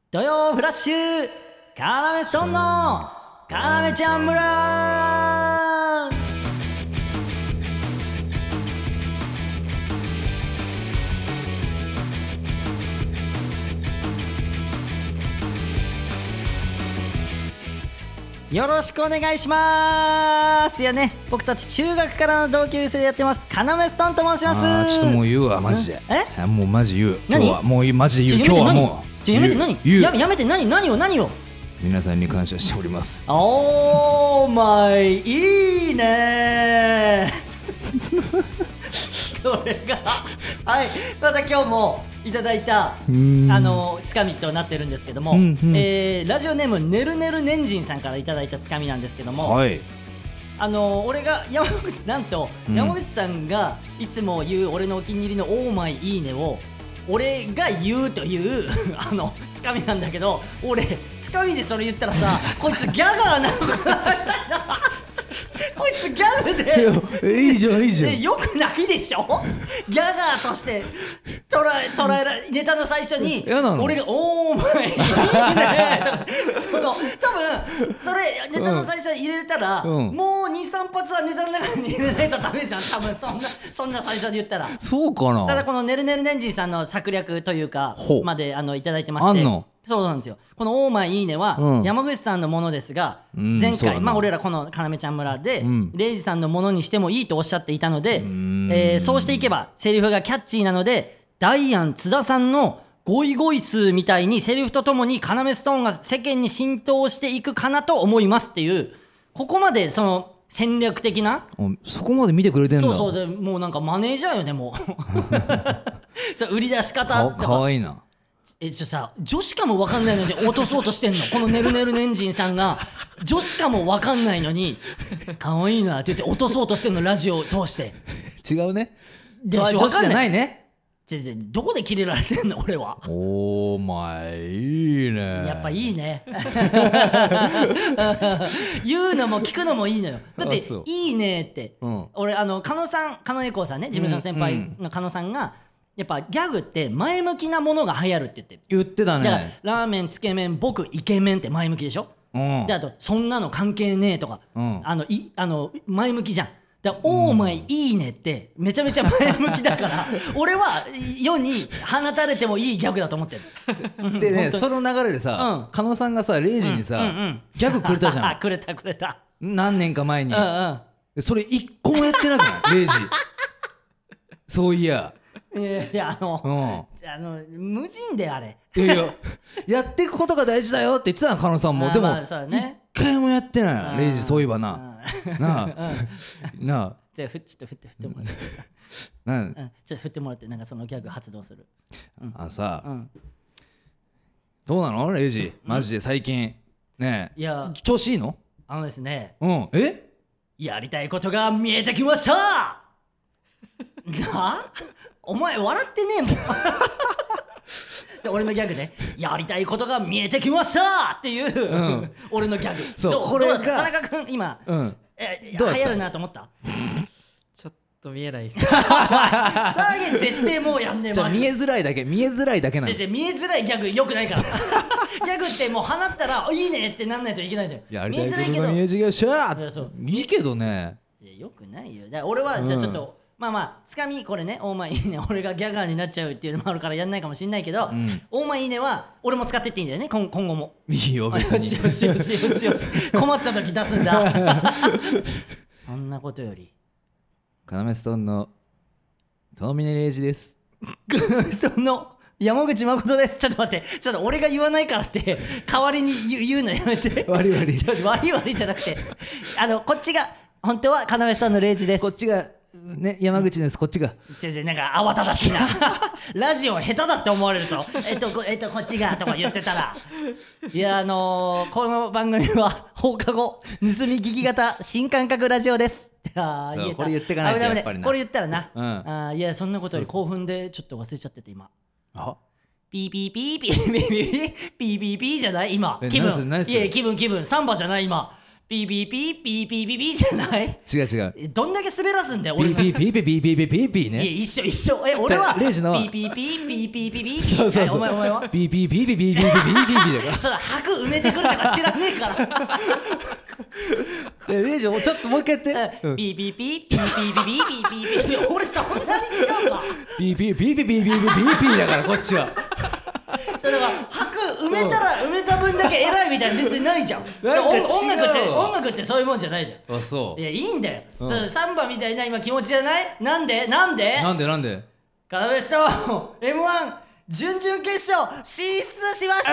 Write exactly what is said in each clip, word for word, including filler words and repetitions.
土曜フラッシュカナメストーンのカナメちゃん村。よろしくお願いします。いやね、僕たち中学からの同級生でやってますカナメストーンと申します。 あーちょっともう言うわマジで。 えもうマジ言う。 何今日はもうマジで言う。今日はもうちょやめて何言うやめやめて何何を何を皆さんに感謝しております。 オーマイいいねこれがはいまた今日もいただいたあのつかみとなってるんですけども、うんうんえー、ラジオネームねるねるねんじんさんからいただいたつかみなんですけども、 はい、 あの俺が山口なんと、うん、山口さんがいつも言う俺のお気に入りのオーマイいいねを俺が言うというあのつかみなんだけど、俺つかみでそれ言ったらさこいつギャガーなのかなこいつギャグでいいじゃんいいじゃんよくないでしょギャガーとして捉え捉えられネタの最初に俺がオーマイいいねその多分それネタの最初に入れたら、うん、もう にさん 発はネタの中に入れないとダメじゃん多分そんなそんな最初に言ったら。 そうかな。 ただこのねるねるねんじんさんの策略というかまであのいただいてまして、 あんのそうなんですよ。このオーマイいいねは、うん、山口さんのものですが、うん、前回まあ俺らこのかなめちゃん村で、うん、レイジさんのものにしてもいいとおっしゃっていたので、うんえー、そうしていけばセリフがキャッチーなのでダイアン津田さんのゴイゴイスーみたいにセリフとともにカナメストーンが世間に浸透していくかなと思いますっていうここまでその戦略的なそこまで見てくれてんだ。 そうそうでもうなんかマネージャーよねもうそう売り出し方とかかわいいな。 えちょさ女子かも分かんないのに落とそうとしてんのこのねるねるねんじんさんが女子かも分かんないのに可愛いなって言って落とそうとしてんのラジオを通して違うねで女子じゃないね。 どこでキレられてんの俺は。 おーまいいね。 やっぱいいね言うのも聞くのもいいのよ。だっていいねって、うん、俺あの狩野さん狩野英孝さんね事務所の先輩の狩野さんが、やっぱギャグって前向きなものが流行るって言ってる。 言ってたね。 だからラーメンつけ麺僕イケメンって前向きでしょ、うん、であとそんなの関係ねえとか、うん、あのいあの前向きじゃん。だからオーマイいいねってめちゃめちゃ前向きだから俺は世に放たれてもいいギャグだと思ってるでねその流れでさ、うん、狩野さんがさレイジにさ、うんうんうん、ギャグくれたじゃんくれたくれた何年か前に、 うんうん、 それ一個もやってなくないレイジそういやいやいやあの、うん、あの無人であれいやいややっていくことが大事だよって言ってたの狩野さんも。でも、まあね、一回もやってないレイジそういえばななあ、うん、なあじゃあちょっと振って振ってもらってなあ、うん、ちょっと振ってもらってなんかそのギャグ発動する、 うん、あさ、うん、どうなのレイジマジで最近ねえいや調子いいの？ あのですねうんえやりたいことが見えてきましたなお前笑ってねえもん俺のギャグねやりたいことが見えてきましたっていう、うん、俺のギャグそうどこれが田中君今、うん、え流行るなと思ったちょっと見えないさあ絶対もうやんねえじゃあ見えづらいだけ見えづらいだけなの。 じゃ見えづらいギャグよくないからギャグってもう放ったらいいねってなんないといけないんだよ。 やりたいことが見えてきましたいいけどねいやよくないよ。だから俺はじゃあちょっと、うんまあまあつかみこれねオーマイいいね俺がギャガーになっちゃうっていうのもあるからやんないかもしんないけど、うん、オーマイいいねは俺も使ってっていいんだよね 今, 今後もいいよ別によしよしよしよしよし困った時出すんだそんなことよりカナメストーンの遠峰レイジですその山口誠です。ちょっと待ってちょっと俺が言わないからって代わりに 言, 言うのやめて悪い悪いちょっと悪い悪いじゃなくてあのこっちが本当はカナメストーンのレイジです。 こっちがね、山口です、こっちが違う違うなんか慌ただしいなラジオ下手だって思われるぞえっとこ、えっと、こっちがとか言ってたらいやあのー、この番組は放課後盗み聞き型新感覚ラジオですあ言えたこれ言ってかないとやっぱりなこれ言ったらな、うん、あいやそんなことよりそうそう興奮でちょっと忘れちゃってて今あピーピーピーピーピーピーピーピーピーピーじゃない今気分いや気分気分サンバじゃない今ピーピーピーピーピーピーピーじゃない？ 違う違う。 どんだけ滑らすんだよ俺が。 ピーピーピーピーピーピーピーピーね。 いや一緒一緒。え俺はレイジのピーピーピーピーピーピーピー。 そうそうそう。 お前お前はピーピーピーピーピーピーピーピーピーピーだから。 それ拍埋めてくるとか知らねえから。 レイジちょっともう一回やって。 ピーピーピーピーピーピーピーピーピーピー。俺そんなに違うか。 ピーピーピーピーピーピーピーピーピーだからこっちは。 それは拍埋めたら埋めた分だけ偉いみたいな別にないじゃん。音楽って音楽ってそういうもんじゃないじゃん。 あそう。 いやいいんだよ。それサンバみたいな今気持ちじゃない？なんでなんで？ なんでなんで？ カラベスト エムワン 準々決勝進出しました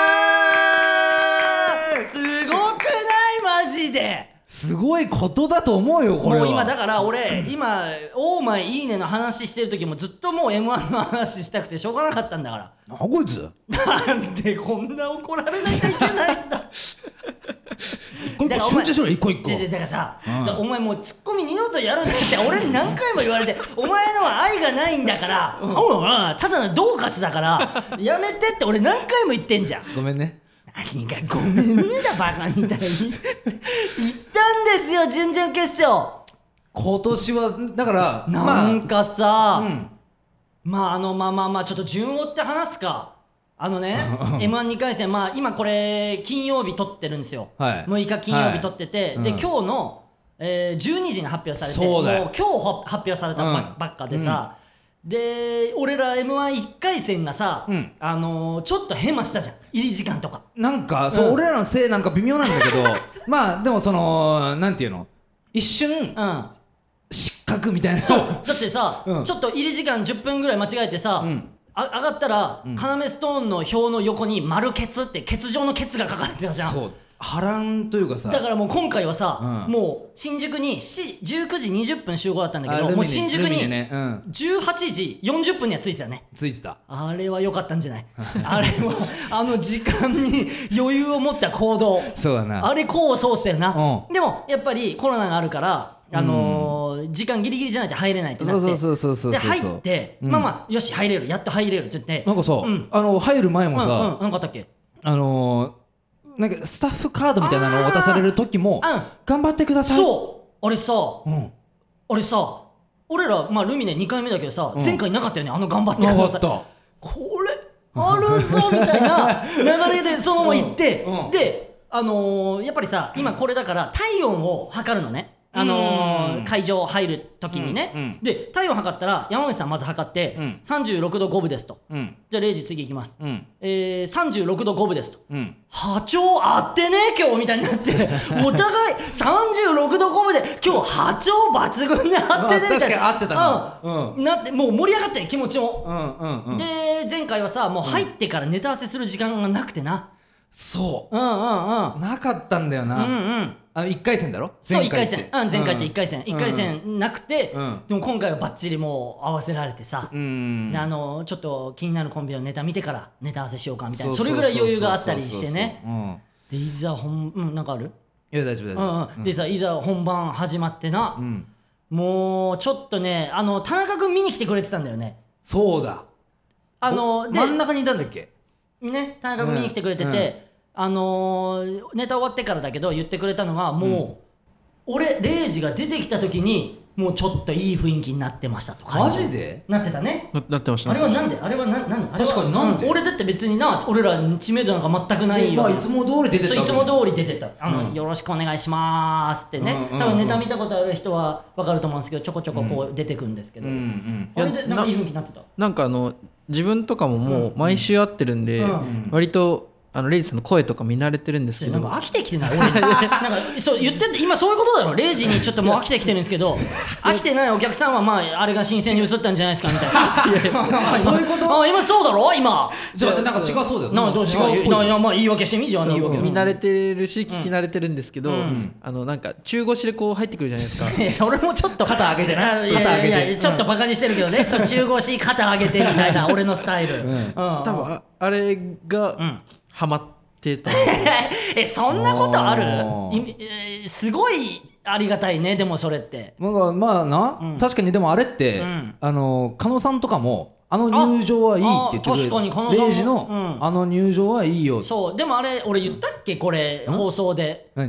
ー。すごくないマジで。 すごいことだと思うよこれは。 もう今だから俺今オーマイいいねの話してる時もずっともう エムワン の話したくてしょうがなかったんだから。 なこいつなんでこんな怒られなきゃいけないんだ。 一個一個集中しろ一個一個。 だからさ、うん、お前もうツッコミ二度とやるんだって俺に何回も言われてお前のは愛がないんだから、うん、ただの恫喝だからやめてって俺何回も言ってんじゃん。 ごめんね。 何がごめんねだバカみたいに言ったんですよ準々決勝。 今年はだからなんかさ、まあ、うん、まああのまあまあまあちょっと順を追って話すか。あのねエムワンに 回戦、まあ今これ金曜日撮ってるんですよ、はい、むいか金曜日撮ってて、はい、で、うん、今日の、えー、じゅうにじに発表されて、もう今日発表されたばっかでさ、うん、で俺ら エムワンいっ 回戦がさ、うん、あのー、ちょっとヘマしたじゃん入り時間とかなんかそう、うん、俺らのせいなんか微妙なんだけどまあでもそのなんていうの一瞬、うん、失格みたいな。 そうだってさ、うん、ちょっと入り時間じゅっぷんぐらい間違えてさ、うん、あ上がったら、うん、カナメストーンの表の横に丸ケツってケツ状のケツが書かれてたじゃん。 そう波乱というかさ、 だからもう今回はさ、うん、もう新宿にじゅうくじにじゅっぷん集合だったんだけど、もう新宿にじゅうはちじよんじゅっぷんには着いてたね。 着いてた。あれは良かったんじゃないあれはあの時間に余裕を持った行動。 そうだな。 あれ功を奏してるな、うん、でもやっぱりコロナがあるからあのーうん、時間ギリギリじゃないと入れないってなって、 そうそうそうそうそうそう、 で入って、うん、まあまあよし入れるやっと入れるって言ってなんかさ、うん、あの入る前もさ、 うんうん、なんかあったっけ、 あのー、なんかスタッフカードみたいなのを渡される時も、うん、頑張ってください。 そうあれさ、うん、あれさ俺ら、まあ、ルミネにかいめだけどさ、うん、前回なかったよねあの頑張ってください。これあるぞみたいな流れでそのまま行って、うんうん、であのー、やっぱりさ今これだから体温を測るのね、あのー、会場入る時にね、うんうん、で体温測ったら山口さんまず測って、うん、さんじゅうろくどごぶですと、うん、じゃあれいじ次いきます、うん、えー、さんじゅうろくどごぶですと、うん、波長合ってねえ今日みたいになってお互いさんじゅうろくどごぶで今日波長抜群で合ってねえみたいな、 確かに合ってたな、 うんうん、なってもう盛り上がってん気持ちも、うんうんうん、で前回はさもう入ってからネタ合わせする時間がなくてな、 そう、 うんうんうん、 なかったんだよな、うんうん、あのいっかい戦だろ。 そういっかい戦、うん、前回っていっかい戦、うん、いっかい戦なくて、うん、でも今回はバッチリもう合わせられてさ、うん、であのちょっと気になるコンビのネタ見てからネタ合わせしようかみたいな、それぐらい余裕があったりしてね。でいざ本、うん、なんかある？ いや大丈夫大丈夫、 うんうん、でさいざ本番始まってな、うん、もうちょっとねあの田中君見に来てくれてたんだよね。 そうだ、 あの真ん中にいたんだっけね、田中君見に来てくれてて、うんうん、あのー、ネタ終わってからだけど言ってくれたのはもう、うん、俺レイジが出てきた時にもうちょっといい雰囲気になってましたと。 マジでなってたね。 な, なってました、 ね、あれはなんであれはななん確かになんで、 うん、俺だって別にな俺ら知名度なんか全くないよ、 まあ、いつも通り出てた。 そういつも通り出てたあの、うん、よろしくお願いしますってね、うんうんうん、多分ネタ見たことある人は分かると思うんですけどちょこちょここう出てくるんですけど、うんうんうん、あれでなんかいい雰囲気になってた。 なんかあの自分とかももう毎週会ってるんで、うんうん、割とあのレイジさんの声とか見慣れてるんですけど、 なんか飽きてきてない俺になんかそう言ってて今そういうことだろ。レイジにちょっともう飽きてきてるんですけど飽きてないお客さんはまああれが新鮮に映ったんじゃないですかみたいな。いやいやそういうことあ今そうだろ今じゃあなんか違うそうだよ。 なんかどう違うな、まあ言い訳してみじゃあ言い訳見慣れてるし聞き慣れてるんですけど、うん、あのなんか中腰でこう入ってくるじゃないですか。 俺もちょっと肩上げてな肩上げていやいやちょっとバカにしてるけどね、その中腰肩上げてみたいな俺のスタイル、うんうん、 多分 あ, あれが、うん、ハマってえそんなことある？すごいありがたいね。でもそれってなんかまあな、うん、確かにでもあれって、うん、あの加納さんとかもあの入場はいいって言ってくれる。確かに加納さんもレイジの、うん、あの入場はいいよ。 そうでもあれ俺言ったっけこれ放送で。 何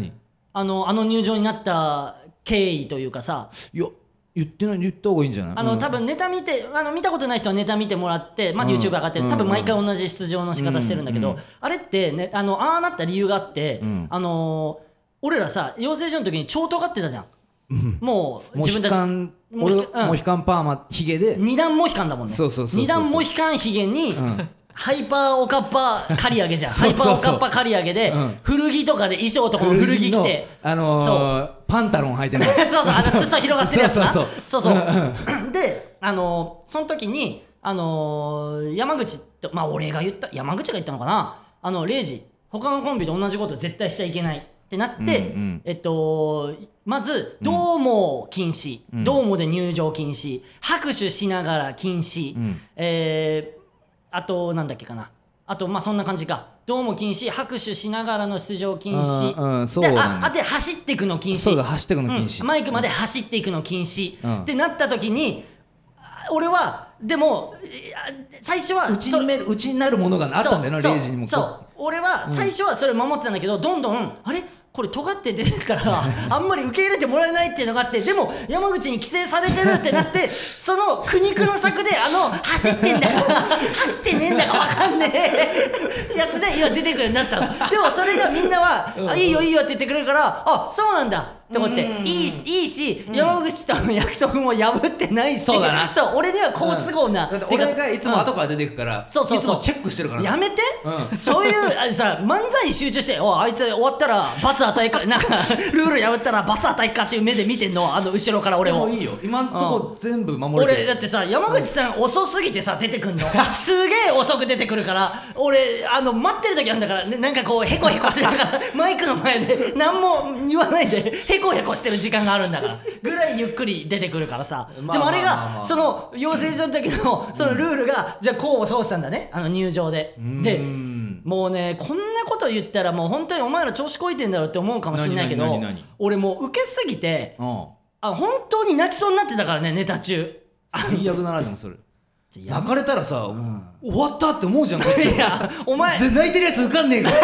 あのあの入場になった経緯というかさ。 いや言ってない、言った方がいいんじゃない。 あの、うん、多分ネタ見て、あの見たことない人はネタ見てもらって、まあ、YouTube 上がってる、うん、多分毎回同じ出場の仕方してるんだけど、うんうん、あれって、ね、あのああなった理由があって、うん、あの俺らさ養成所の時に超尖ってたじゃん、うん、もう自分たちモヒカン、モヒカンパーマヒゲで二段モヒカンだもんね。 そうそうそうそう、 二段モヒカンヒゲに、うんハイパーおかっぱ刈り上げじゃんハイパーおかっぱ刈り上げで、うん、古着とかで衣装とかも古着着て、 あのー、そうパンタロン履いてないそうそうあの裾広がってるやつなそうそうそうそうで、あのー、その時に、あのー、山口とまあ俺が言った山口が言ったのかな、あのレイジ他のコンビと同じこと絶対しちゃいけないってなって、うんうん、えっとまずどうも禁止、うん、どうもで入場禁止、拍手しながら禁止、うん、えーあとなんだっけかな、あとまあそんな感じか、どうも禁止、拍手しながらの出場禁止、 うんうん、そうだね、 でああで走っていくの禁止、 そうだ走っていくの禁止、 うん、マイクまで走っていくの禁止、うん、ってなった時に俺はでも最初はうちにめるうちになるものがあったんだよな、レイジにも。 そう俺は最初はそれ守ってたんだけど、どんどんあれこれ尖って出てるからあんまり受け入れてもらえないっていうのがあって、でも山口に規制されてるってなってその苦肉の策であの走ってんだか走ってねえんだか分かんねえやつで今出てくるようになったの。でもそれがみんなはあいいよいいよって言ってくれるから、あそうなんだって思って、いいしいいし、うん、山口との約束も破ってないし、 そうだな、 そう俺には好都合な、 うん、だって俺がいつも後から出てくから、うん、そうそうそういつもチェックしてるからやめて、うん、そういうあさ漫才に集中しておあいつ終わったら罰与えかなんかルール破ったら罰与えかっていう目で見てんの、あの後ろから俺を。 もういいよ今んとこ全部守れてる、 うん、俺だってさ山口さん遅すぎてさ出てくんのすげえ遅く出てくるから俺あの待ってる時あるんだから、ね、なんかこうヘコヘコしながらマイクの前で何も言わないでヘコヘコしてる時間があるんだからぐらいゆっくり出てくるからさでもあれがその養成所の時のそのルールがじゃあこうそうしたんだね、あの入場ででもうねこんなこと言ったらもう本当にお前ら調子こいてんだろって思うかもしれないけど、俺もう受けすぎてあ本当に泣きそうになってたからねネタ中。 最悪だな。でもそれ泣かれたらさ、うん、終わったって思うじゃんこっち。 いやお前泣いてるやつ受かんねえから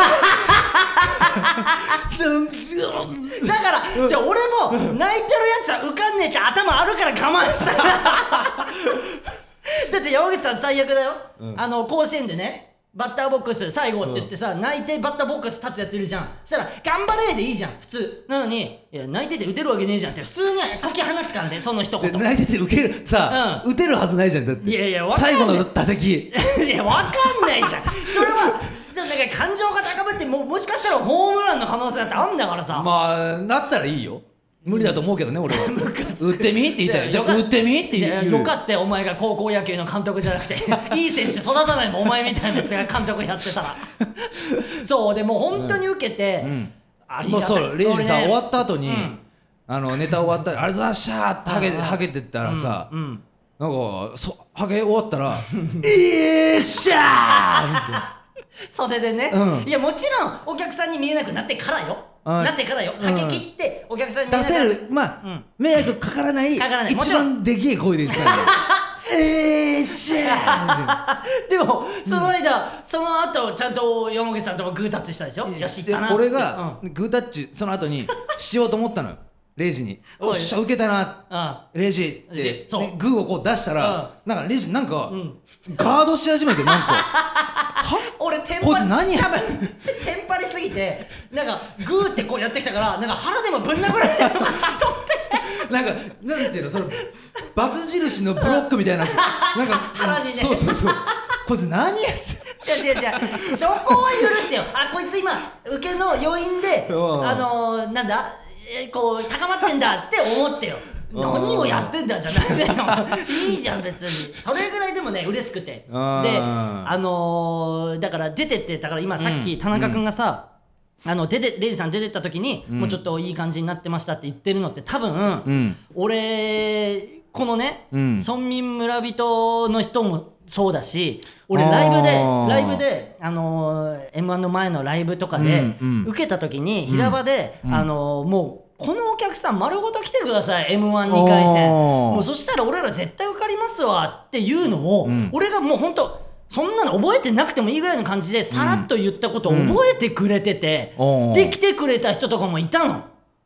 だから、うん、じゃあ俺も泣いてるやつは受かんねえって頭あるから我慢しただって山口さん最悪だよ、うん、あの甲子園でねバッターボックス最後って言ってさ、うん、泣いてバッターボックス立つやついるじゃん。そしたら頑張れでいいじゃん普通なのに、いや泣いてて打てるわけねえじゃんって普通には解き放つからねその一言。 泣いてて受けるさ、うん、打てるはずないじゃんだって。 いやいやわかんない最後の打席いやわかんないじゃんそれはなんか感情が高ぶって も, もしかしたらホームランの可能性だってあんだからさ。 まあなったらいいよ、無理だと思うけどね俺は打ってみって言ったらじゃあ打ってみって言うよかったよお前が高校野球の監督じゃなくていい選手育たないもんお前みたいなやつが監督やってたらそうでもう本当に受けて、うんうん、ありがたい。もうそうレイジさん、ね、終わった後に、うん、あのネタ終わったらありがとうございましたってハゲハゲてったらさ、うんうん、なんかそハゲ終わったら「えーっしゃー!」 袖でね、うん、いやもちろんお客さんに見えなくなってからよなってからよ、はけ切ってお客さんに見えなくなって出せる、まあ、うん、迷惑かからない一番でけえ声で言ってたんだよえーしゃーでもその間、うん、その後ちゃんと山口さんともグータッチしたでしょ。いや知ったなっつって俺がグータッチその後にしようと思ったのよレイジにおっしゃ受けたなレイジって、ね、グーをこう出したらなんかレイジなんか、うん、ガードし始めてなんかは俺テンパこいつ何や多分テンパりすぎてなんかグーってこうやってきたからなんか腹でもぶん殴られると思ってなんかなんていうのそのバツ印のブロックみたいななんか腹にねそうそうそうこいつ何やって違う違う違うそこは許してよ。あこいつ今受けの余韻であのー、なんだえー、こう高まってんだって思ってよ何をやってんだじゃないんだよいいじゃん別にそれぐらいでもね嬉しくてであのー、だから出てってだから今さっき田中君がさ、うん、あの出てレイジさん出てった時に、うん、もうちょっといい感じになってましたって言ってるのって多分、うん、俺このね、うん、村民村人の人もそうだし俺ライブでライブであのー、エムワン の前のライブとかで、うんうん、受けた時に平場で、うん、あのー、もうこのお客さん丸ごと来てください エムワンに 回戦もうそしたら俺ら絶対受かりますわっていうのを、うん、俺がもうほんとそんなの覚えてなくてもいいぐらいの感じでさらっと言ったことを覚えてくれてて、うん、で来てくれた人とかもいたの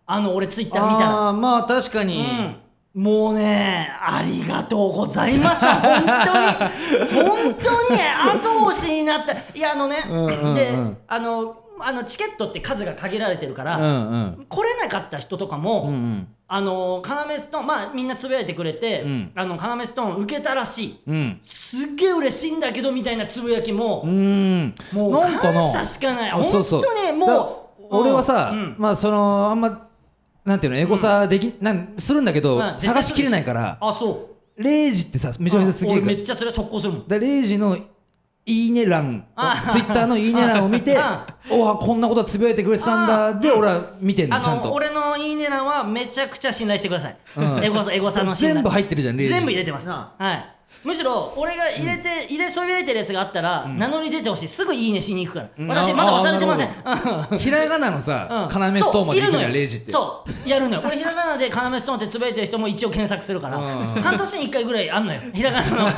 あの俺ツイッター見たら。 あまあ確かに、 うん、もうねありがとうございます本当に本当に後押しになった。いやあのね、うんうんうん、であのあのチケットって数が限られてるから、うんうん、来れなかった人とかも、うんうん、あのカナメストーンまあみんなつぶやいてくれて、うん、あのカナメストーン受けたらしい、うん、すっげえ嬉しいんだけどみたいなつぶやきも、うん、もう感謝しかない。本当にもう俺はさ、うん、まあそのあんまなんていうのエゴサでき、うん、なんするんだけど、うん、探しきれないから。 あそうレイジってさめちゃめちゃすげえから。 俺めっちゃそれ速攻するもん。 だレイジのいいね欄ツイッターのいいね欄を見ておわこんなことつぶやいてくれてたんだで俺は見てんのちゃんと。 俺のいいね欄はめちゃくちゃ信頼してください、うん、エゴサエゴサの信頼全部入ってるじゃんレイジ。 全部入れてます。はいむしろ俺が入れて、うん、入れそびれてるやつがあったら、うん、名乗り出てほしい。すぐいいねしに行くから、うん、私まだ押されてません。 ひらがなのさ、カナメストーンまで行くじゃんレイジって。 そうやるのよ俺ひらがなでカナメストーンってつぶやいてる人も一応検索するから半年にいっかいぐらいあんのよひらがなのだ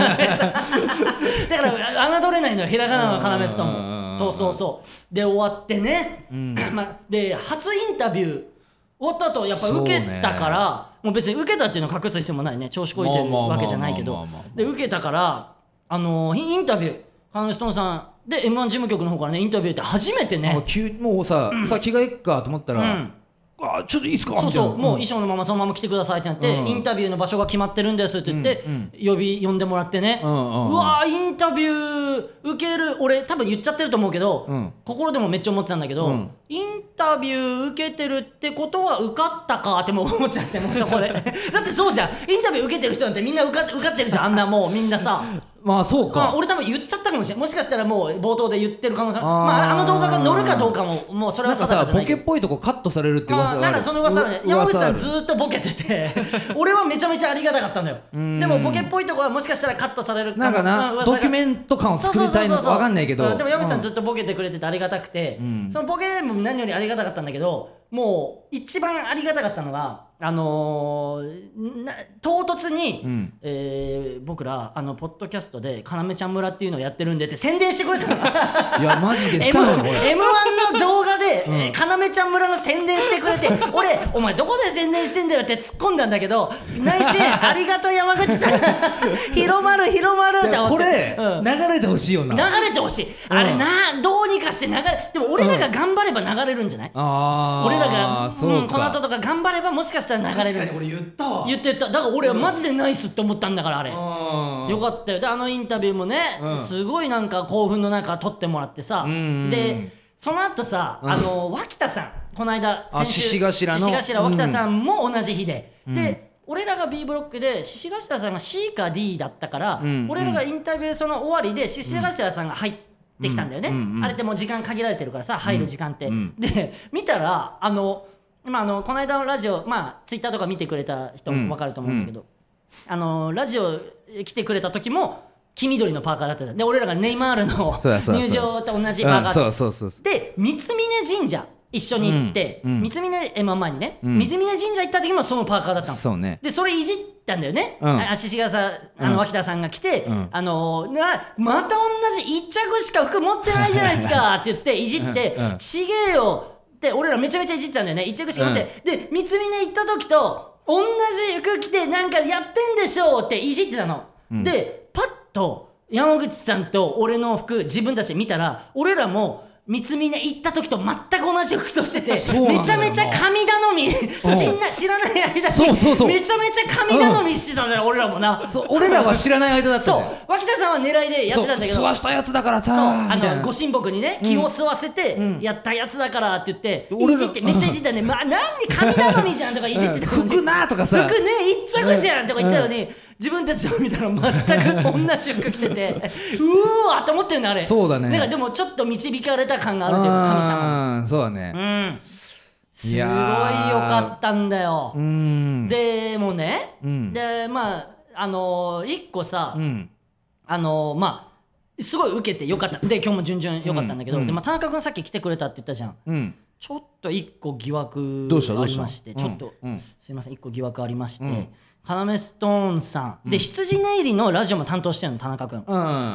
から侮れないのよひらがなのカナメストーンも。そうそうそうで終わってね、うんまあ、で初インタビュー終わった後やっぱ受けたから、もう別に受けたっていうのを隠す必要もないね。調子こいてるわけじゃないけどで受けたからあのー、インタビューカナメストーンさんで エムワン 事務局の方からねインタビューって初めてね。 あ急もうさ、うん、さ着替えっかと思ったら、うんあちょっといいっすか。 そうそうもう衣装のままそのまま来てくださいってなって、うん、インタビューの場所が決まってるんですって言って、うんうん、呼び呼んでもらってね、うんうんうん、うわーインタビュー受ける俺多分言っちゃってると思うけど、うん、心でもめっちゃ思ってたんだけど、うん、インタビュー受けてるってことは受かったかってもう思っちゃってもうそこでだってそうじゃんインタビュー受けてる人なんてみんな受か、受かってるじゃんあんなもうみんなさまあそうか、まあ、 俺多分言っちゃったかもしれない。もしかしたらもう冒頭で言ってる可能性あ、まあ、あの動画が載るかどうかももうそれは定かじゃないけどなんかさボケっぽいとこカットされるって噂がある。 なんかその噂あるね。山口さんずーっとボケてて俺はめちゃめちゃありがたかったんだよ。でもボケっぽいとこはもしかしたらカットされるかなんかなドキュメント感を作りたいのか分かんないけど、 でも山口さんずっとボケてくれててありがたくて、うん、そのボケも何よりありがたかったんだけどもう一番ありがたかったのがあのー、な唐突に、うんえー、僕らあのポッドキャストでかなめちゃん村っていうのをやってるんでって宣伝してくれたのいやマジでしたのこれエムワン の動画で、うんえー、かなめちゃん村の宣伝してくれて俺お前どこで宣伝してんだよって突っ込んだんだけど内心ありがとう山口さん広まる広まるって思ってこれ、うん、流れてほしいよな。 流れてほしい、うん、あれなどうにかして流れでも俺らが頑張れば流れるんじゃない、うん、あ俺らが、うん、この後とか頑張ればもしかしたら流れる。 確かに俺言ったわ言って言っただから俺はマジでナイスって思ったんだからあれ、うん、よかったよ。であのインタビューもね、うん、すごいなんか興奮の中撮ってもらってさ、うん、でその後さ、うん、あの脇田さんこの間先週獅子頭の獅子頭脇田さんも同じ日で、うん、で俺らが B ブロックで獅子頭さんが C か D だったから、うん、俺らがインタビューその終わりで獅子頭さんが入ってきたんだよね、うんうん、あれってもう時間限られてるからさ入る時間って、うん、で見たらあのまあ、あのこの間のラジオまあツイッターとか見てくれた人も分かると思うんだけど、うん、あのラジオ来てくれた時も黄緑のパーカーだったじゃん。で俺らがネイマールの入場と同じパーカーで三峯神社一緒に行って、うんうん、三峯えまあ前にね、うん、三峯神社行った時もそのパーカーだったの。 そうね。でそれいじったんだよね。獅子頭あの脇田さんが来て、うん、あのなまた同じ一着しか服持ってないじゃないですかって言っていじって「ちげえよ」で俺らめちゃめちゃいじってたんだよね。一着しか持って、うん、で三峯行った時と同じ服着てなんかやってんでしょっていじってたの、うん、でパッと山口さんと俺の服自分たちで見たら俺らも三峯行った時と全く同じ服装しててめちゃめちゃ神頼み知んな知らない間にそうそうそうめちゃめちゃ神頼みしてたんだよ、うん、俺らもな。 そう俺らは知らない間だったじゃん。 そう脇田さんは狙いでやってたんだけど吸わしたやつだからさそうあのご神木にね気を吸わせてやったやつだからって言って、うん、いじってめっちゃいじったね、まあ、なんで神頼みじゃんとかいじってたのに、 うん、服なとかさ服ね一着じゃんとか言ってたのに、うん自分たちを見たら全く同じ服着ててうわーと思ってるんだあれ。 そうだね。 なんかでもちょっと導かれた感があるというか神様。 そうだね。 うん。すごい良かったんだよ。うんでもね、うん、でまああのー、一個さ、うん、あのー、まあすごい受けて良かったで今日も順々良かったんだけど、うん、でまあ田中君さっき来てくれたって言ったじゃん。うんちょっと一個疑惑ありましてちょっと、うん、すいません一個疑惑ありまして。うんカナメストーンさん、うん、で羊ネイリのラジオも担当してるの田中君、うん、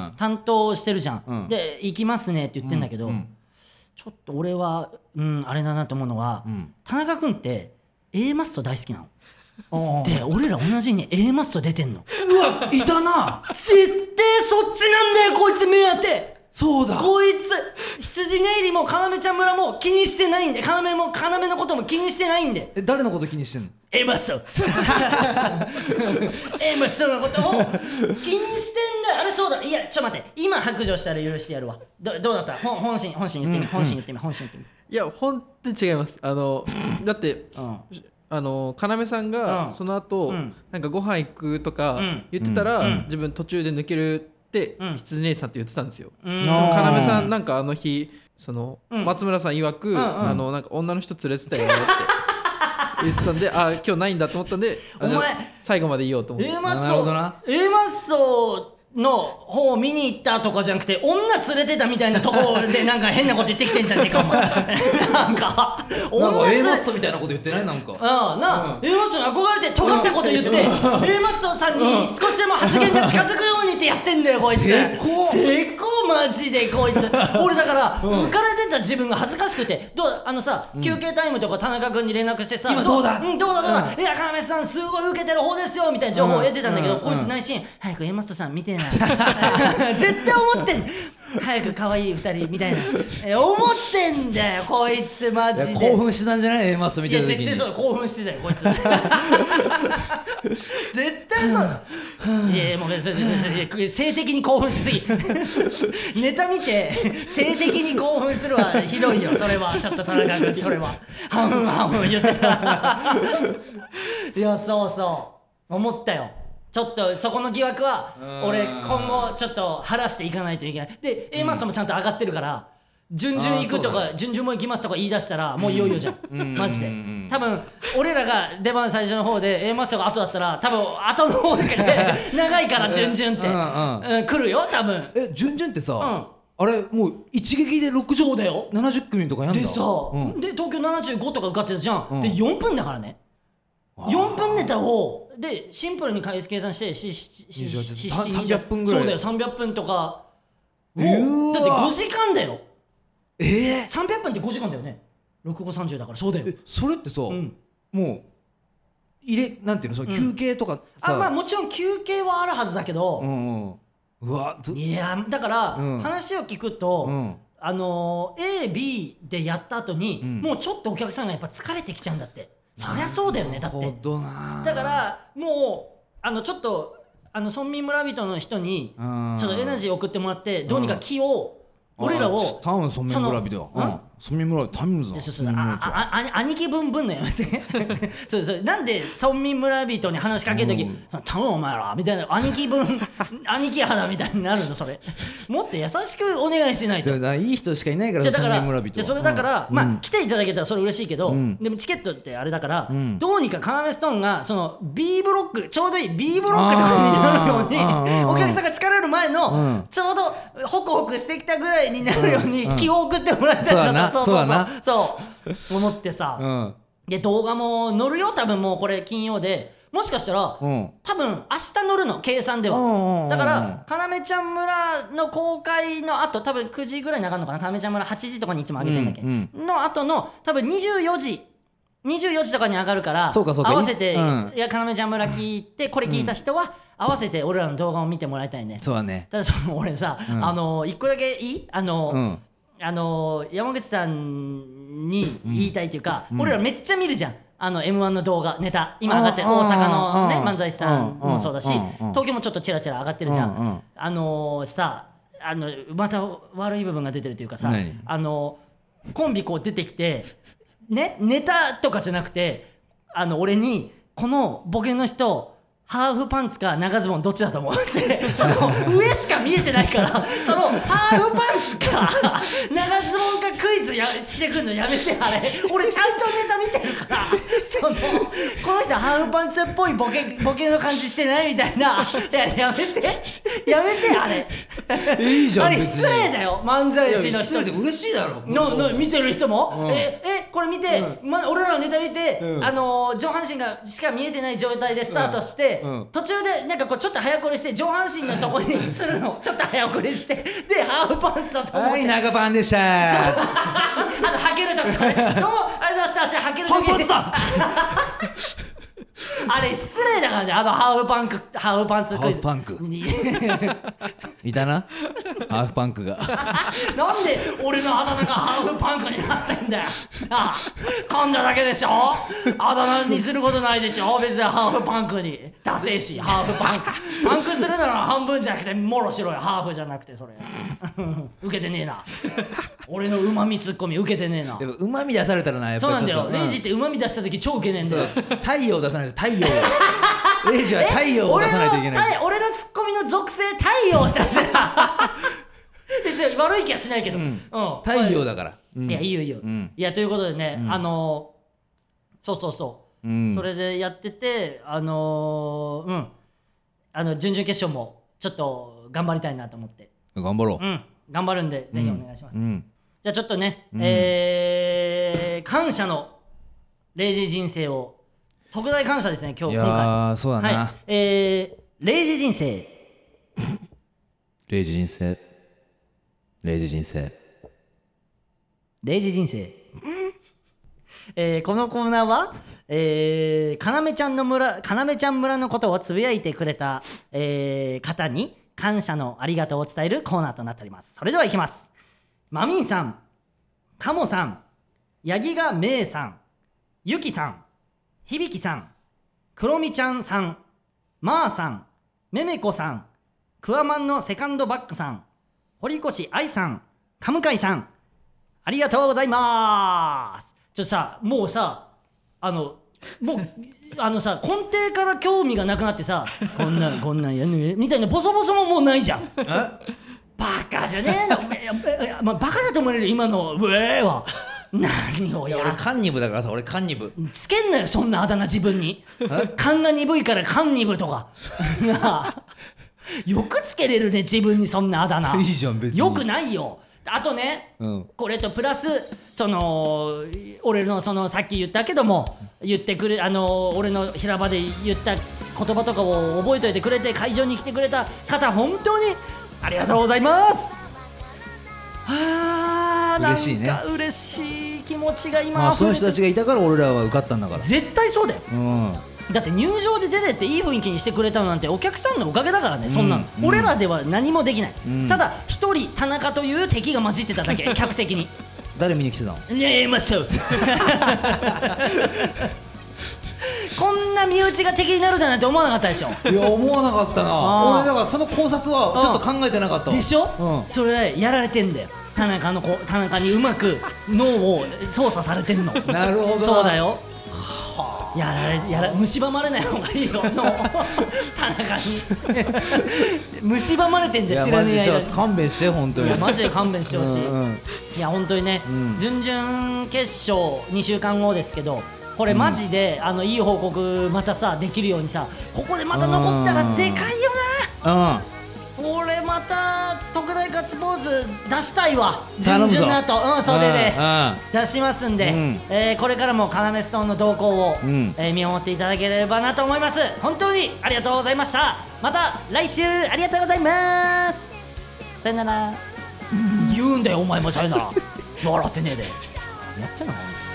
担当してるじゃん、うん、で行きますねって言ってんだけど、うんうん、ちょっと俺は、うん、あれだなと思うのは、うん、田中君って A マッソ大好きなので、俺ら同じに A マッソ出てんの。 うわいたな絶対そっちなんだよこいつ目当て。 そうだこいつ羊ネイリも要ちゃん村も気にしてないんで、要も要のことも気にしてないんで。 え誰のこと気にしてんの？ エマッソエマッソのことを気にしてんだ。あれそうだ、いやちょっと待って、今白状したら許してやるわ。 ど, どうだった本本心本心言ってみ、うん、本心言ってみ本心言ってみ。 いや本当に違います。あのだって、うん、あの要さんがその後、うん、なんかご飯行くとか言ってたら、うん、自分途中で抜けるって羊姉さんって言ってたんですよ。要、うん、さんなんかあの日その、うん、松村さん曰く、うんうん、あのなんか女の人連れてたよって言ってたんで、あ今日ないんだと思ったんで、お前最後までいようと思って。 A マッソ A マッソの方を見に行ったとかじゃなくて、女連れてたみたいなところでなんか変なこと言ってきてんじゃねえかお前なんか女なんか A マッソみたいなこと言ってない？なんかああなあ、うん、A マッソに憧れて尖ったこと言って A マッソさんに少しでも発言が近づくようにってやってんだよこいつ。 成功成功マジでこいつ俺だから、うん、浮かれてた自分が恥ずかしくて、どうあのさ、うん、休憩タイムとか田中君に連絡してさ、 今どうだどう,、うん、どうだどうだ、うん、いや要さんすごい受けてる方ですよみたいな情報を得てたんだけど、うん、こいつ内心、うん、早く A マッソさん見てな絶対思ってん早く可愛いふたりみたいなえ思ってんだよこいつマジで。 興奮してたんじゃない？ A マッソみたいな時に。 いや絶対そう興奮してたよこいつ絶対そういやもう性的に興奮しすぎネタ見て性的に興奮するはひどいよ。それはちょっと田中君それはハムハム言ってたいやそうそう思ったよ。ちょっとそこの疑惑は俺今後ちょっと晴らしていかないといけない。で A マッソもちゃんと上がってるから、準々行くとか準々も行きますとか言い出したらもういよいよじゃんマジで。多分俺らが出番最初の方で A マッソが後だったら多分後の方で長いから準々ってうん来るよ多分。 え準々ってさあれもう一撃でろくじゅうそうだよななじゅっ組とかやんだ。 でさで東京ななじゅうごとか受かってたじゃん。でよんぷんだからね。よんぷんネタをでシンプルに計算してさんびゃっぷんぐらい。 そうだよさんびゃっぷんとかだってごじかんだよ。 えー、 さんびゃっぷんってごじかんだよね。ろくごさんじゅうだからそうだよ。 それってさ、うん、もう入れなんていうのその休憩とかさ、 うん、あまあもちろん休憩はあるはずだけど、 うんうん、うわいやだから、うん、話を聞くと、うん、あの エービー でやった後に、うん、もうちょっとお客さんがやっぱ疲れてきちゃうんだって。そりゃそうだよね。だってだからもうあのちょっとあの村民村人の人にちょっとエナジー送ってもらってどうにか気を俺らをタウン村民村人は村民村タイムズ兄貴分分のやめてそうそうなんで村民村人に話しかけるとき頼むお前らみたいな兄貴分兄貴肌みたいになるの。それもっと優しくお願いしないと。 いい人しかいないから村民村人じゃそれだから、うん、まあ、うん、来ていただけたらそれ嬉しいけど、うん、でもチケットってあれだから、うん、どうにか要ストーンがその B ブロックちょうどいい B ブロックとかになるようにお客さんが疲れる前の、うん、ちょうどホクホクしてきたぐらいになるように気を送ってもらいたいんだと。そうそうそうそう思ってさ、うん、で動画も載るよ多分もうこれ金曜でもしかしたら、うん、多分明日載るの計算では、うん、だから要ちゃん村の公開の後多分くじぐらいに上がるのかな。要ちゃん村はちじとかにいつも上げてんだっけ、うんうん、の後の多分にじゅうよじにじゅうよじとかに上がるからそうかそうか合わせて、うん、いや要ちゃん村聞いてこれ聞いた人は合わせて俺らの動画を見てもらいたいね。 そうだね。 ただその俺さ、うん、あの一個だけいいあの、うんあのー、山口さんに言いたいというか、うん、俺らめっちゃ見るじゃんあの エムワン の動画ネタ今上がってる大阪の、ね、漫才師さんもそうだし東京もちょっとチラチラ上がってるじゃん。あのー、さあのまた悪い部分が出てるというかさあのコンビこう出てきてねネタとかじゃなくてあの俺にこのボケの人ハーフパンツか長ズボンどっちだと思うってその上しか見えてないからそのハーフパンツか長ズボンかクイズやしてくんのやめて。あれ俺ちゃんとネタ見てるからそのこの人ハーフパンツっぽいボケボケの感じしてないみたいないややめてやめてあれいいじゃんあれ失礼だよ漫才師の人に。嬉しいだろのの見てる人も、うん、ええこれ見て、うんま、俺らのネタ見て、うん、あのー、上半身がしか見えてない状態でスタートして、うんうん、途中でなんかこうちょっと早送りして上半身のとこにするのちょっと早送りしてでハーフパンツのとこはい長パンでしたあと履けるときねどうもありがとうございました履けるときハーフパンツだあれ失礼だからね、あのハーフパンクハーフパンツクイズ。 ハーフパンクいたなハーフパンクがなんで俺のあだ名がハーフパンクになってんだよなあ、噛んだだけでしょ、あだ名にすることないでしょ別に。ハーフパンクにダセえし、ハーフパンクパンクするなら半分じゃなくてもろしろよ、ハーフじゃなくて。それ受けてねえな俺のうまみツッコミ受けてねえな。 でもうまみ出されたらな、やっぱりちょっと。 そうなんだよ、レイジってうまみ出した時超ウケねえんだよ。 太陽出さないと、太陽をレイジは太陽を出さないといけない。 俺のツッコミの属性太陽を出せた別に悪い気はしないけど、うんうん、 太陽だから、 うん、いやいいよいいよ、うん、いやということでね、うん、あのー、そうそうそう、うん、それでやってて、あのー、うんあの準々決勝もちょっと頑張りたいなと思って。 頑張ろう、 うん、頑張るんでぜひお願いします、うん、じゃあちょっとね、うん、えー、感謝のレイジ人生を、特大感謝ですね今日。 いやー今回そうだな、 はい、えー、レイジ人生レイジ人生レイジ人生レイジ人生えー、このコーナーは、えー、かなめちゃんの村かなめちゃん村のことをつぶやいてくれた、えー、方に感謝のありがとうを伝えるコーナーとなっております。それではいきます。まみんさん、かもさん、ヤギがめいさん、ゆきさん、ひびきさん、くろみちゃんさん、まーさん、めめこさん、くわまんのセカンドバックさん、堀越愛さん、かむかいさん、ありがとうございます。ちょっとさ、もうさ、あのもうあのさ、根底から興味がなくなってさこんなんこんなんやんねみたいなボソボソももうないじゃんバカじゃねえのまあ、バカだと思われる今のうえーは何をや。 俺カンニブだからさ、俺カンニブつけんなよそんなあだ名自分に勘が鈍いからカンニブとかよくつけれるね自分にそんなあだ名。 いいじゃん別に。 よくないよ。あとね、うん、これとプラスその俺のそのさっき言ったけども言ってくれあの俺の平場で言った言葉とかを覚えておいてくれて会場に来てくれた方本当にありがとうございます。あー嬉しいね。 なんか嬉しい気持ちが今、 まあ、その人たちがいたから俺らは受かったんだから。 絶対そうだよ、うん、だって入場で出てっていい雰囲気にしてくれたのなんてお客さんのおかげだからね。そんなの、うん、俺らでは何もできない、うん、ただ一人田中という敵が混じってただけ客席に。 誰見に来てたの？ ねえまそうこんな身内が敵になるだなんて思わなかったでしょ。 いや思わなかったな。俺だからその考察はちょっと考えてなかったわ。 でしょ、うん、それやられてんだよ田中の子。田中にうまく脳を操作されてんの。 なるほど。 そうだよ。やられやら蝕まれない方がいいよの田中に蝕まれてんで知らねえ間に。 いやマジで勘弁して本当に。 マジで勘弁してほしい。うんうん、いや本当にね、うん、準々決勝にしゅうかんごですけどこれマジで、うん、あのいい報告またさできるようにさここでまた残ったらでかいよな。うん俺また特大ガッツポーズ出したいわ。準々の後、うん、袖で出しますんで、うんえー、これからもカナメストーンの動向を、うんえー、見守っていただければなと思います。本当にありがとうございました。また来週ありがとうございます。さよなら。言うんだよお前もさよなら笑ってねえでやってんの。